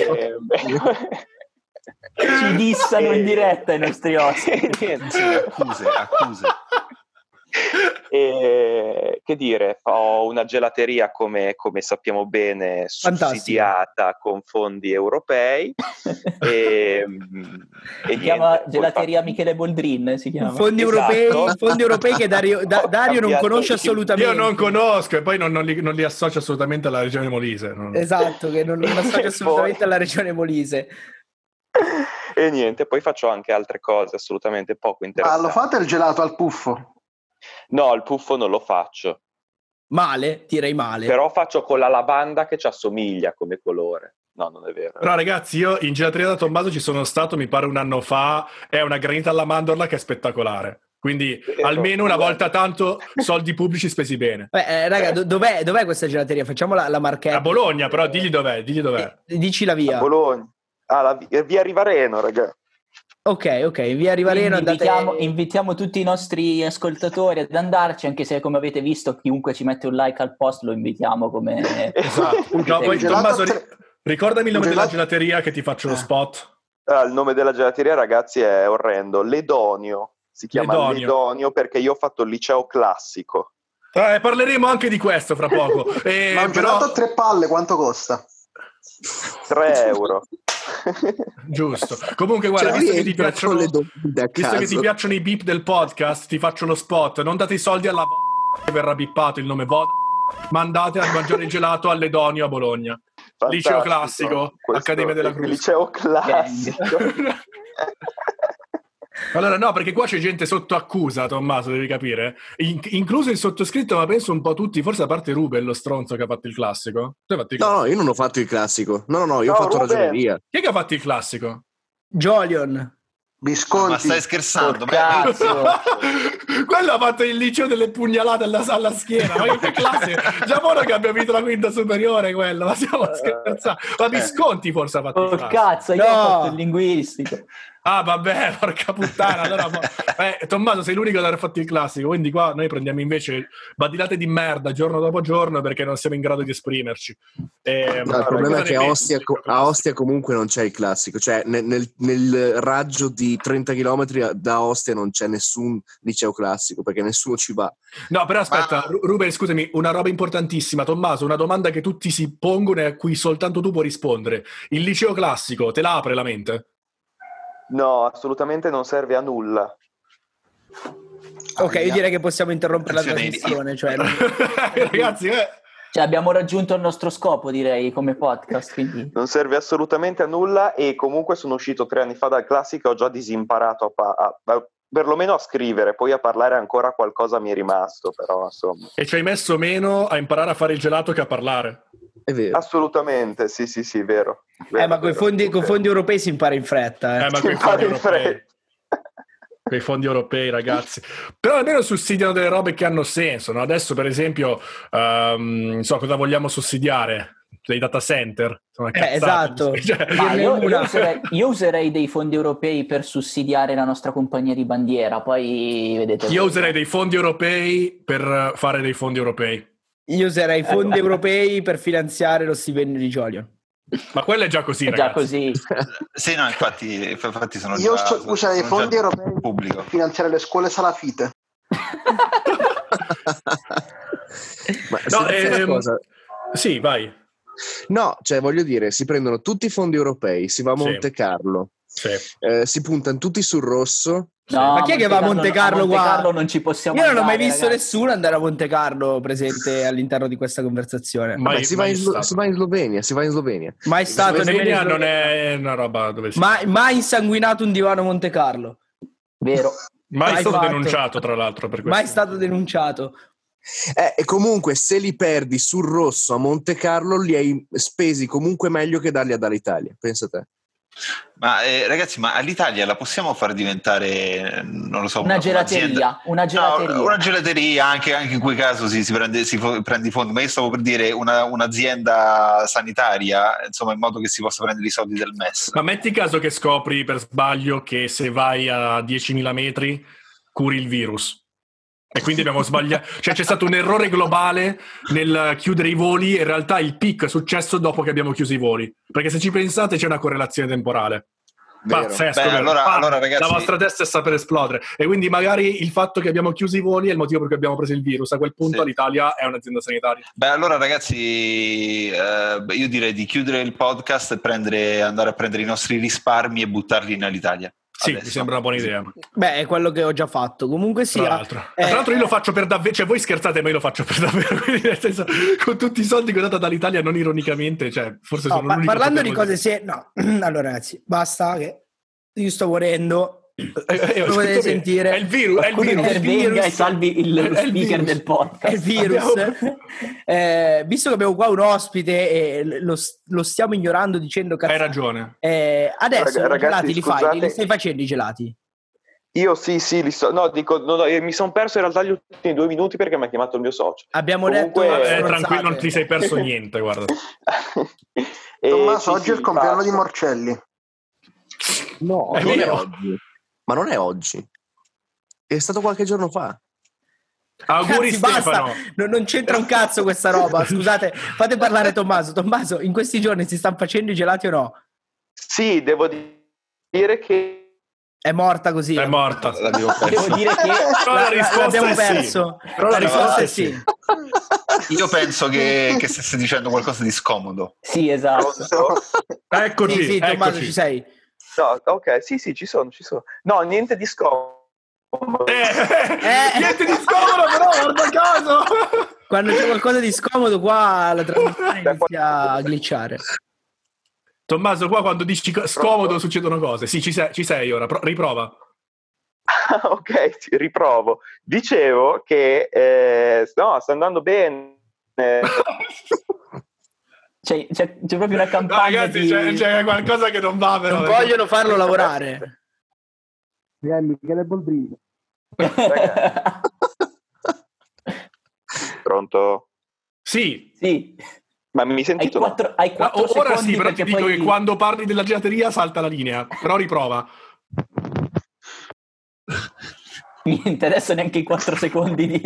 Ci dissano in diretta i nostri ospiti. niente. Sì, accuse, accuse. E, che dire, ho una gelateria come, come sappiamo bene sussidiata con fondi europei e, e Si chiama niente, poi Gelateria fa- Michele Boldrin, si chiama. Fondi Esatto. europei, fondi europei che Dario, da- Ho Dario non cambiato conosce il- assolutamente. Io non conosco e poi non, non li, non li associo assolutamente alla regione Molise. non- Esatto, che non, non associa assolutamente alla regione Molise. E niente, poi faccio anche altre cose assolutamente poco Ma interessanti. lo fate il gelato al puffo? No, il puffo non lo faccio, Male, direi male. però faccio con la lavanda che ci assomiglia come colore. No, non è vero. Però ragazzi, io in gelateria da Tommaso ci sono stato, mi pare un anno fa, è una granita alla mandorla che è spettacolare. Quindi Vero, almeno una guarda. volta tanto soldi pubblici spesi bene. Beh, eh, raga, do- dov'è, dov'è questa gelateria? Facciamo la, la marchetta. A Bologna, però digli dov'è, digli dov'è. Eh, dici la A via. Bologna. Ah, la via, via Rivareno, raga. Ok, ok, via Rivareno. Quindi Andate... invitiamo, invitiamo tutti i nostri ascoltatori ad andarci, anche se come avete visto chiunque ci mette un like al post lo invitiamo come... Esatto. No, poi, Un gelato Tommaso, a ri- tre- ricordami il nome un della gelato- gelateria che ti faccio lo Eh. spot. Ah, il nome della gelateria, ragazzi, è orrendo. Ledonio. Si chiama Ledonio. Ledonio, perché io ho fatto il liceo classico. Eh, parleremo anche di questo fra poco. Eh, Ma un però, gelato a tre palle quanto costa? tre euro. giusto. Comunque, guarda, Cioè, visto che, ti rientra piacciono, con le domande a visto che ti caso. piacciono i beep del podcast, ti faccio lo spot. Non date i soldi alla v- che verrà bippato il nome Vod, ma andate a mangiare il gelato all'Edonio a Bologna. Liceo Fantastico. classico, Questo- Accademia della Cruz. Liceo classico. Allora, no, perché qua c'è gente sotto accusa, Tommaso, devi capire. In- incluso il sottoscritto, ma penso un po' tutti, forse a parte Ruben, lo stronzo che ha fatto il classico. Tu hai fatto il No, classico? no, io non ho fatto il classico. No, no, no, io No, ho fatto Ruben. ragioneria. Chi è che ha fatto il classico? Jolion. Visconti. Ma stai scherzando? Oh, cazzo. Quello ha fatto il liceo delle pugnalate alla, alla schiena. Ma che classe? Già ora che abbiamo vinto la quinta superiore, quello. Ma stiamo scherzando. Ma Visconti forse ha fatto il Oh classico. cazzo, io No. ho fatto il linguistico. Ah, vabbè, porca puttana. Allora, eh, Tommaso, sei l'unico ad aver fatto il classico, quindi qua noi prendiamo invece badilate di merda giorno dopo giorno perché non siamo in grado di esprimerci. Eh, no, il problema è che a Ostia, a Ostia comunque non c'è il classico, cioè nel, nel, nel raggio di trenta chilometri da Ostia non c'è nessun liceo classico perché nessuno ci va. No, però aspetta, Ma... Ruben, scusami, una roba importantissima, Tommaso, una domanda che tutti si pongono e a cui soltanto tu puoi rispondere. Il liceo classico te la apre la mente? No, assolutamente non serve a nulla. Ok, io direi che possiamo interrompere la trasmissione. Cioè... Ragazzi, eh. cioè, abbiamo raggiunto il nostro scopo, direi, come podcast. Quindi. Non serve assolutamente a nulla e comunque sono uscito tre anni fa dal classico e ho già disimparato a, pa- a, a perlomeno a scrivere, poi a parlare ancora qualcosa mi è rimasto, però insomma. E ci hai messo meno a imparare a fare il gelato che a parlare. È vero. Assolutamente, sì, sì, sì, vero. vero eh, ma con i fondi, vero. fondi europei si impara in fretta. Eh, eh ma con i fondi europei. Quei fondi europei, ragazzi. Però almeno sussidiano delle robe che hanno senso, no? Adesso, per esempio, um, non so cosa vogliamo sussidiare. Dei data center. Insomma, eh, esatto. Cioè, ma io, io, userei, io userei dei fondi europei per sussidiare la nostra compagnia di bandiera, poi vedete. Io voi. userei dei fondi europei per fare dei fondi europei. Io userei fondi europei per finanziare lo stipendio di Giolio. Ma quello è già così, è ragazzi. già così. Sì, no, infatti, infatti sono Io già, sto, userei i fondi europei pubblico. per finanziare le scuole salafite. Ma no, ehm... cosa... Sì, vai. No, cioè voglio dire, si prendono tutti i fondi europei, si va a Monte Carlo, sì. eh, si puntano tutti sul rosso. No, ma chi è che va a Monte Carlo, a Monte Carlo non ci possiamo Io non andare, ho mai visto ragazzi. nessuno andare a Monte Carlo presente all'interno di questa conversazione. Mai, Vabbè, si, va in, si va in Slovenia, si va in Slovenia. Mai stato Slovenia non è una roba dove si mai, mai insanguinato un divano a Monte Carlo. Vero. Mai, mai stato fatto. denunciato, tra l'altro, per questo. Mai stato denunciato. Eh, e comunque se li perdi sul rosso a Monte Carlo li hai spesi comunque meglio che darli ad Alitalia, pensa te. Ma eh, ragazzi, ma all'Italia la possiamo far diventare, non lo so, una, una gelateria, una gelateria. No, una gelateria, anche, anche in quel caso si, si, prende, si prende i fondi, ma io stavo per dire una, un'azienda sanitaria, insomma, in modo che si possa prendere i soldi del M E S. Ma metti caso che scopri per sbaglio che se vai a diecimila metri curi il virus. E quindi abbiamo sbagliato, cioè c'è stato un errore globale nel chiudere i voli e in realtà il picco è successo dopo che abbiamo chiuso i voli, perché se ci pensate c'è una correlazione temporale. Vero. Pazzesco. Beh, allora, ah, allora, ragazzi... la vostra testa sta per esplodere e quindi magari il fatto che abbiamo chiuso i voli è il motivo per cui abbiamo preso il virus. A quel punto sì. l'Italia è un'azienda sanitaria. Beh, allora ragazzi, eh, io direi di chiudere il podcast e prendere, andare a prendere i nostri risparmi e buttarli nell'Italia. Sì, adesso. mi sembra una buona idea. Beh, è quello che ho già fatto. Comunque sia. Tra l'altro, eh, tra l'altro io lo faccio per davvero. Cioè, voi scherzate, ma io lo faccio per davvero. Quindi, nel senso, con tutti i soldi che ho dato dall'Italia, non ironicamente, cioè, forse no, sono ma l'unico. Parlando di cose serie, no. Allora, ragazzi, basta che io sto morendo. Eh, eh, lo potete sentire. È il virus, è il virus. È il virus. E salvi il, lo speaker del podcast. È il virus. Abbiamo... eh, visto che abbiamo qua un ospite e lo, lo stiamo ignorando dicendo che hai ragione. Eh, adesso Rag- i gelati li scusate. fai, li stai facendo i gelati? Io sì, sì, li so. No, dico, no, no, mi sono perso in realtà gli ultimi due minuti perché mi ha chiamato il mio socio. Abbiamo Comunque, detto eh, tranquillo, non ti sei perso niente, guarda. Tommaso, sì, oggi sì, è il compleanno basta. di Morcelli. No, È non è vero. oggi. Ma non è oggi. È stato qualche giorno fa. Auguri, Ragazzi, Stefano. basta. Non, non c'entra un cazzo questa roba. Scusate, fate parlare Tommaso. Tommaso, in questi giorni si stanno facendo i gelati o no? Sì, devo di- dire che È morta così. È morta. Devo dire che Però la risposta l'abbiamo è sì. perso. Però la la risposta risposta è è sì. Io penso che, che stesse dicendo qualcosa di scomodo. Sì, esatto. Eccoci, Sì, sì, Tommaso, eccoci. ci sei. no, ok, sì, sì, ci sono, ci sono. No, niente di scomodo. Eh, niente di scomodo, però, guarda caso. Quando c'è qualcosa di scomodo qua la trasmissione inizia a glitchare. Tommaso, qua quando dici co- scomodo succedono cose. Sì, ci sei, ci sei ora, Pro- riprova. Ok, sì, riprovo. Dicevo che eh, no, sta andando bene. C'è, c'è, c'è proprio una No, campagna ragazzi, di... c'è, c'è qualcosa che non va, però. Non vogliono farlo lavorare. Michele Boldrini. Pronto? Sì. Sì. Ma mi sentite? Hai quattro, hai quattro Ora secondi sì, però ti perché dico poi... che quando parli della gelateria salta la linea, però riprova. niente, adesso neanche i quattro secondi di...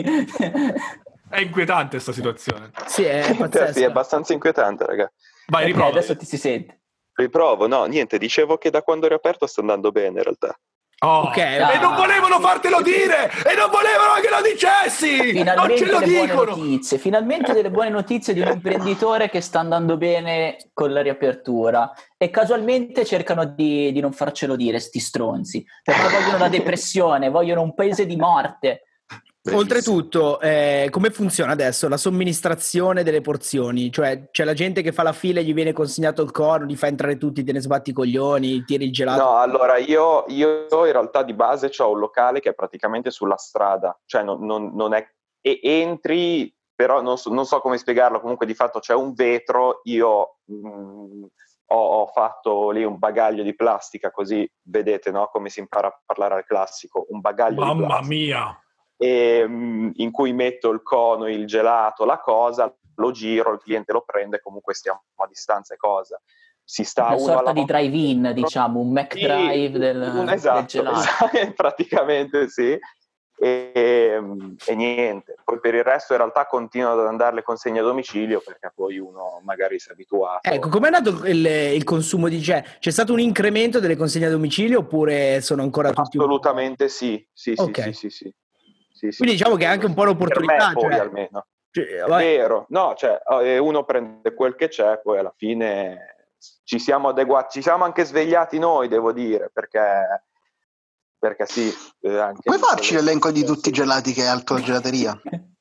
È inquietante sta situazione. Sì, è pazzesco. Sì, è abbastanza inquietante, raga. Vai, Ok, riprova. adesso ti si sente. Riprovo, no, niente, dicevo che da quando ho riaperto sta andando bene in realtà. Oh. Ok, E ah. non volevano fartelo dire! E non volevano che lo dicessi! Finalmente non ce lo delle buone dicono! notizie, finalmente delle buone notizie di un imprenditore che sta andando bene con la riapertura e casualmente cercano di, di non farcelo dire, sti stronzi, perché vogliono la depressione, vogliono un paese di morte. Oltretutto, eh, come funziona adesso la somministrazione delle porzioni? Cioè, c'è la gente che fa la fila e gli viene consegnato il cono, li fa entrare tutti, te ne sbatti i coglioni, tiri il gelato. No, allora io, io in realtà di base ho un locale che è praticamente sulla strada, cioè non, non, non è... E entri, però non so, non so come spiegarlo, comunque di fatto c'è un vetro, io mh, ho, ho fatto lì un bagaglio di plastica, così vedete, no, come si impara a parlare al classico, un bagaglio di Mamma plastica. mia! E, mh, in cui metto il cono, il gelato, la cosa, lo giro, il cliente lo prende, comunque stiamo a distanza e cosa. Si sta Una uno sorta alla di volta. drive-in, diciamo, un McDrive Sì, del, un- del esatto, gelato. esatto, praticamente sì. E, e niente, poi per il resto in realtà continuano ad andare le consegne a domicilio perché poi uno magari si è abituato. Ecco, com'è nato il, il consumo di c'è? C'è stato un incremento delle consegne a domicilio oppure sono ancora tutti... Assolutamente sì, sì, sì, Ok. sì, sì, sì. Sì, sì, Quindi diciamo che è anche un po' l'opportunità. per me poi cioè- almeno. cioè, È vabbè. vero, no, cioè eh, uno prende quel che c'è, poi alla fine ci siamo adeguati, ci siamo anche svegliati noi, devo dire, perché, perché sì. eh, anche Puoi lì- farci l'elenco di tutti i gelati che hai al tua gelateria?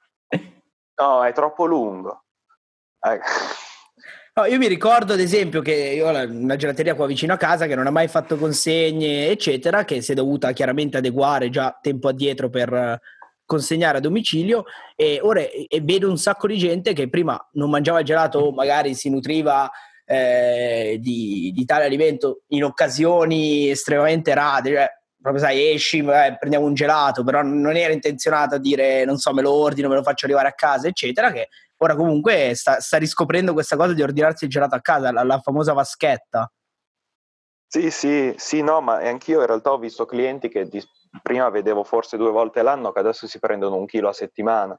No, è troppo lungo. Eh, No, io mi ricordo ad esempio che io ho la- una gelateria qua vicino a casa che non ha mai fatto consegne eccetera, che si è dovuta chiaramente adeguare già tempo addietro per eh, consegnare a domicilio e ora e, e vedo un sacco di gente che prima non mangiava il gelato o magari si nutriva eh, di, di tale alimento in occasioni estremamente rare, cioè proprio sai esci, eh, prendiamo un gelato, però non era intenzionato a dire non so me lo ordino, me lo faccio arrivare a casa eccetera, che ora comunque sta, sta riscoprendo questa cosa di ordinarsi il gelato a casa, la, la famosa vaschetta. Sì, sì, sì, no, ma anch'io in realtà ho visto clienti che di- prima vedevo forse due volte l'anno, che adesso si prendono un chilo a settimana.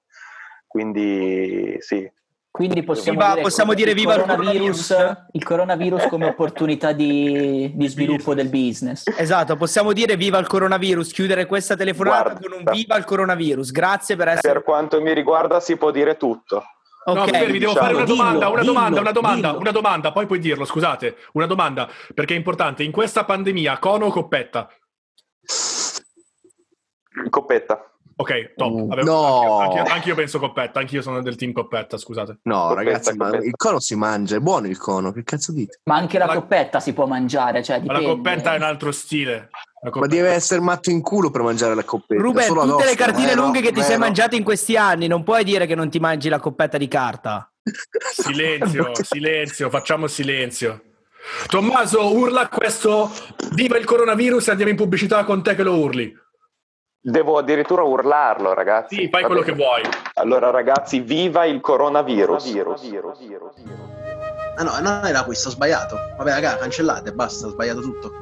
Quindi sì. Quindi possiamo Viva- dire, possiamo dire il viva il coronavirus, coronavirus. il coronavirus come opportunità di, di sviluppo del business. Esatto, possiamo dire viva il coronavirus, chiudere questa telefonata Guarda. con un viva il coronavirus. Grazie per essere... Per quanto mi riguarda si può dire tutto. No, Ok, fermi, devo diciamo. fare una domanda, Dillo, una dillo, domanda, una domanda, dillo. una domanda, poi puoi dirlo, scusate, una domanda, perché è importante. In questa pandemia, cono o coppetta? Coppetta. Ok, top. Uh, Avevo- no. Anch'io, anch'io- anch'io penso coppetta, anch'io sono del team coppetta, scusate. No, Coppetta, ragazzi, ma coppetta. il cono si mangia, è buono il cono, che cazzo dite? Ma anche la La- coppetta si può mangiare, cioè Ma la dipende. coppetta è un altro stile. La Ma coppetta- deve essere matto in culo per mangiare la coppetta. Ruben, solo ad tutte le Ostia. cartine vero, lunghe che ti sei vero. mangiato in questi anni, non puoi dire che non ti mangi la coppetta di carta. Silenzio, silenzio, facciamo silenzio. Tommaso, urla questo viva il coronavirus e andiamo in pubblicità con te che lo urli. Devo addirittura urlarlo, ragazzi. Sì, fai Va quello bene. che vuoi. Allora, ragazzi, viva il coronavirus. Ah no, non era questo, ho sbagliato. Vabbè, raga, cancellate, basta, ho sbagliato tutto.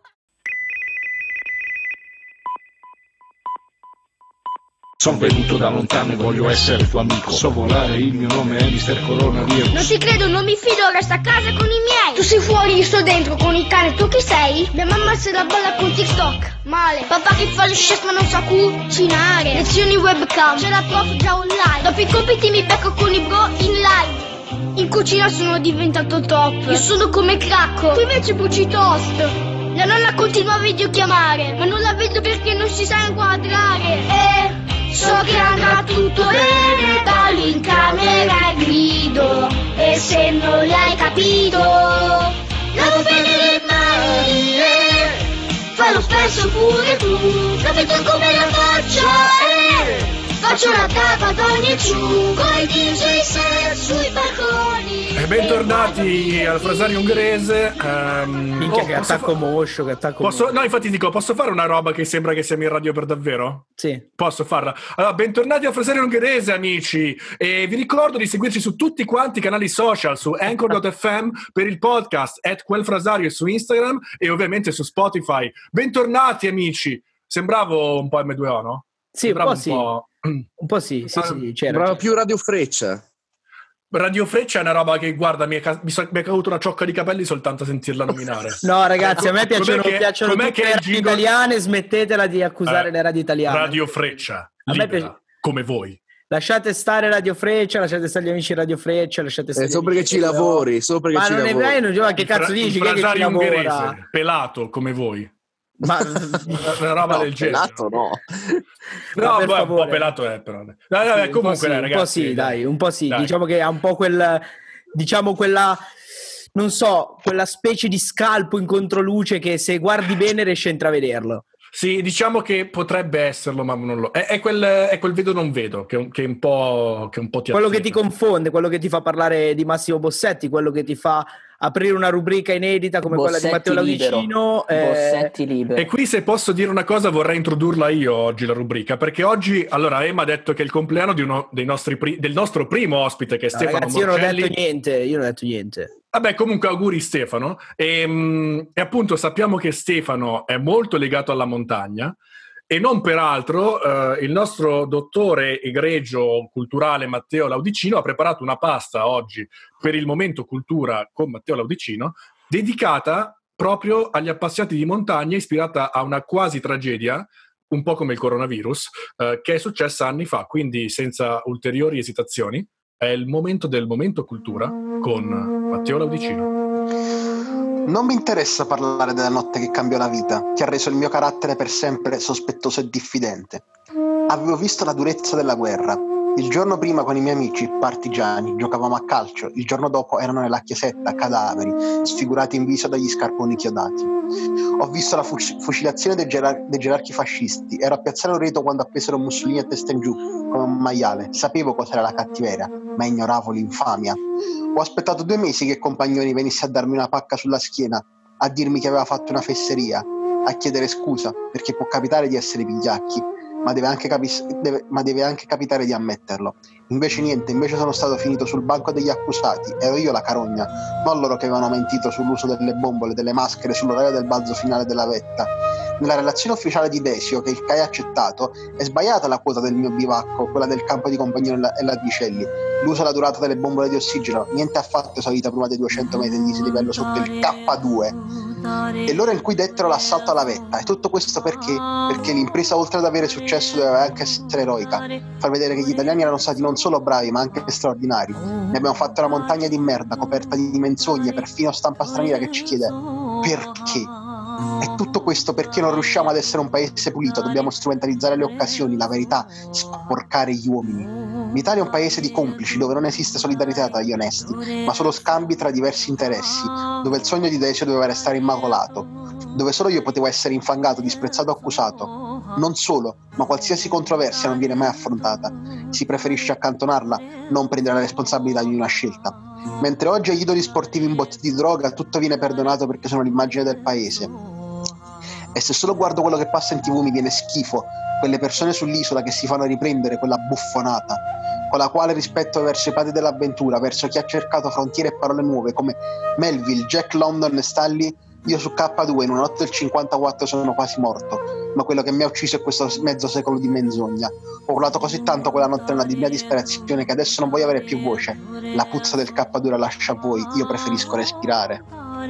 Sono venuto da lontano e voglio essere tuo amico. So volare, il mio nome è mister Coronavirus. Non ti credo, non mi fido, resta a casa con i miei. Tu sei fuori, io sto dentro con il cane, tu chi sei? Mia mamma se la balla con TikTok, male. Papà che fa lo chef ma non sa cucinare. Lezioni webcam, c'è la prof già online. Dopo i compiti mi becco con i bro in live. In cucina sono diventato top. Io sono come Cracco, tu invece bruci toast. La nonna continua a videochiamare, ma non la vedo perché non si sa inquadrare. E so che andrà tutto bene, ballo in camera e grido. E se non l'hai capito, lavo bene le mani, eh. Fai lo stesso pure tu. Non vedo come la faccia, eh. Faccio la tapa ad ogni ciù, coi D J set sui balconi. E bentornati al frasario ungherese. ehm, Minchia, oh, che posso attacco fa- moscio, che attacco posso- moscio. no, infatti dico, posso fare una roba che sembra che siamo in radio per davvero? Sì. Posso farla? Allora, bentornati al frasario ungherese, amici. E vi ricordo di seguirci su tutti quanti i canali social, su anchor punto effe emme per il podcast, at quel frasario su Instagram e ovviamente su Spotify. Bentornati, amici. Sembravo un po' emme due o, no? Sì, un Sembravo po' sì. Un po' sì, sì, sì, c'era. Sembrava più Radio Freccia. Radio Freccia è una roba che, guarda, mi è, ca- mi, so- mi è caduta una ciocca di capelli soltanto a sentirla nominare. No, ragazzi, a me piacciono, Com'è che- piacciono com'è tutte che le il radio jingle- italiane, smettetela di accusare Eh, le radio italiane. Radio Freccia, A me libera, piace- come voi. Lasciate stare Radio Freccia, lasciate stare gli amici Radio Freccia, lasciate stare Eh, gli solo amici perché ci Radio- lavori, solo perché Ma ci non è lavori. vero, non gioca, che Il cazzo fra- dici? il Chi è che ci frasario lavora? ungherese, pelato come voi. Ma Una roba No, del genere. pelato no. No, Ma per beh, un po' favore. pelato è però. Dai, dai, Sì, un po' comunque sì, dai, un ragazzi. po' sì, dai, un po' sì. Dai. Diciamo che ha un po' quel, diciamo quella, non so, quella specie di scalpo in controluce che se guardi bene riesci a intravederlo. Sì, diciamo che potrebbe esserlo, ma non lo è. È quel, è quel vedo non vedo che, che un po' che un po' ti Quello che attira. ti confonde, quello che ti fa parlare di Massimo Bossetti, quello che ti fa aprire una rubrica inedita come quella di Bossetti Matteo libero. Laudicino. eh, Bossetti libero. E qui, se posso dire una cosa, vorrei introdurla io oggi la rubrica, perché oggi, allora, Emma ha detto che è il compleanno di uno dei nostri pri- del nostro primo ospite, che è no, Stefano ragazzi, io non ho Morcelli. detto niente, io non ho detto niente. Vabbè, comunque auguri Stefano. E, mh, e appunto sappiamo che Stefano è molto legato alla montagna e non peraltro eh, il nostro dottore egregio culturale Matteo Laudicino ha preparato una pasta oggi per il momento cultura con Matteo Laudicino dedicata proprio agli appassionati di montagna, ispirata a una quasi tragedia, un po' come il coronavirus, eh, che è successa anni fa. Quindi senza ulteriori esitazioni è il momento del momento cultura con Matteo Laudicino. Non mi interessa parlare della notte che cambiò la vita, che ha reso il mio carattere per sempre sospettoso e diffidente. Avevo visto la durezza della guerra. Il giorno prima con i miei amici, partigiani, giocavamo a calcio. Il giorno dopo erano nella chiesetta, cadaveri, sfigurati in viso dagli scarponi chiodati. Ho visto la fuci- fucilazione dei, gerar- dei gerarchi fascisti. Ero a Piazzale Loreto quando appesero Mussolini a testa in giù, come un maiale. Sapevo cos'era la cattiveria, ma ignoravo l'infamia. Ho aspettato due mesi che Compagnoni venisse a darmi una pacca sulla schiena, a dirmi che aveva fatto una fesseria, a chiedere scusa, perché può capitare di essere vigliacchi, ma deve anche, capi- deve, ma deve anche capitare di ammetterlo. Invece niente, invece sono stato finito sul banco degli accusati, ero io la carogna, non loro che avevano mentito sull'uso delle bombole, delle maschere, sull'orario del balzo finale della vetta. Nella relazione ufficiale di Desio, che il C A I ha accettato, è sbagliata la quota del mio bivacco, quella del campo di Compagnoni e Ladvicelli. L'uso e la durata delle bombole di ossigeno, niente affatto esaurita prima dei duecento metri di dislivello sotto il K due. E l'ora in cui dettero l'assalto alla vetta. E tutto questo perché? Perché l'impresa, oltre ad avere successo, doveva anche essere eroica. Far vedere che gli italiani erano stati non solo bravi, ma anche straordinari. Ne abbiamo fatto una montagna di merda, coperta di menzogne, perfino stampa straniera che ci chiede perché? E tutto questo perché non riusciamo ad essere un paese pulito, dobbiamo strumentalizzare le occasioni, la verità, sporcare gli uomini. L'Italia è un paese di complici, dove non esiste solidarietà tra gli onesti, ma solo scambi tra diversi interessi, dove il sogno di Desio doveva restare immacolato, dove solo io potevo essere infangato, disprezzato, accusato. Non solo, ma qualsiasi controversia non viene mai affrontata. Si preferisce accantonarla, non prendere la responsabilità di una scelta. Mentre oggi agli idoli sportivi imbottiti di droga tutto viene perdonato perché sono l'immagine del paese. E se solo guardo quello che passa in tivù mi viene schifo, quelle persone sull'isola che si fanno riprendere quella buffonata, con la quale rispetto verso i padri dell'avventura, verso chi ha cercato frontiere e parole nuove come Melville, Jack London e Stanley. Io su K due in una notte del cinquantaquattro sono quasi morto, ma quello che mi ha ucciso è questo mezzo secolo di menzogna. Ho urlato così tanto quella notte nella mia disperazione che adesso non voglio avere più voce. La puzza del K due la lascia a voi, io preferisco respirare.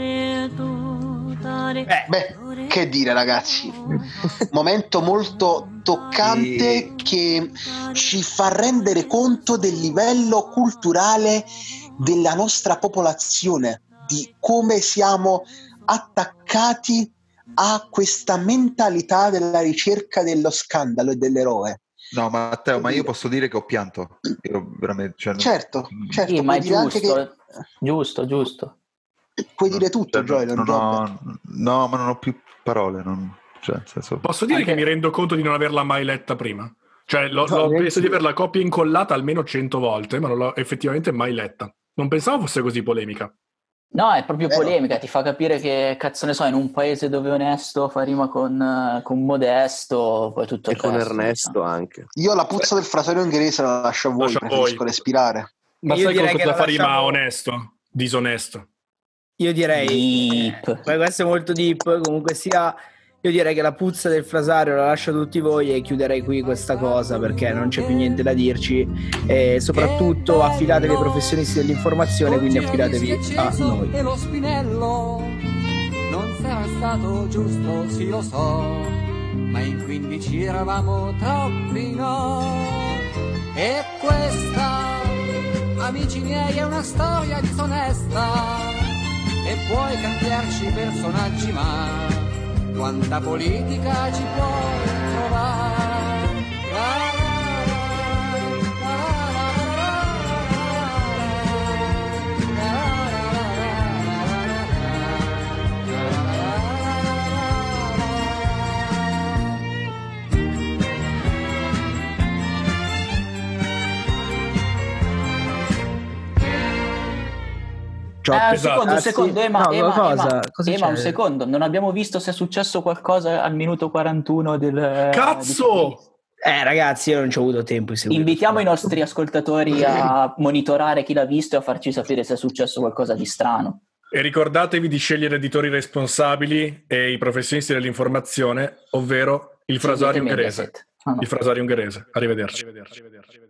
Beh, che dire ragazzi, momento molto toccante che ci fa rendere conto del livello culturale della nostra popolazione, di come siamo attaccati a questa mentalità della ricerca dello scandalo e dell'eroe. No, Matteo, ma io posso dire che ho pianto. Io veramente, cioè, non- Certo, certo, Sì, ma puoi è dire anche giusto, che giusto, giusto. puoi dire tutto, cioè, Joel, non ho- no, ma non ho più parole. Non, cioè, nel senso- Posso dire Anche- che mi rendo conto di non averla mai letta prima? Cioè, l'ho, No, l'ho neanche penso di io. averla copia incollata almeno cento volte, ma non l'ho effettivamente mai letta. Non pensavo fosse così polemica. No, è proprio Vero. polemica, ti fa capire che, cazzo ne so, in un paese dove onesto fa rima con, eh, con modesto, poi tutto E il con resto, Ernesto diciamo. anche. io la puzza del frasario ungherese la lascio a voi, Lascio a preferisco voi. respirare. Ma Io sai direi cosa che la fa rima lasciamo- onesto? Disonesto. Io direi, Deep. eh, questo è molto deep, comunque sia, Io direi che la puzza del frasario la lascio a tutti voi e chiuderei qui questa cosa perché non c'è più niente da dirci e soprattutto affidatevi ai professionisti dell'informazione, quindi affidatevi a noi. E lo spinello non sarà stato giusto, sì lo so, ma in quindici eravamo troppi, no? E questa, amici miei, è una storia disonesta e puoi cambiarci personaggi, ma quanta politica ci puoi trovare? Eh, un Esatto. secondo, un Ah, sì. secondo, Ema, No, Ema, cosa? Ema, Cosa Ema, un c'è? secondo, non abbiamo visto se è successo qualcosa al minuto quarantuno del... Cazzo! Eh ragazzi, io non ci ho avuto tempo di seguire. Invitiamo i nostri ascoltatori a monitorare chi l'ha visto e a farci sapere se è successo qualcosa di strano. E ricordatevi di scegliere editori responsabili e i professionisti dell'informazione, ovvero il frasario Scegliete ungherese. Mediaset. Ah, no. Il frasario ungherese. Arrivederci. Arrivederci.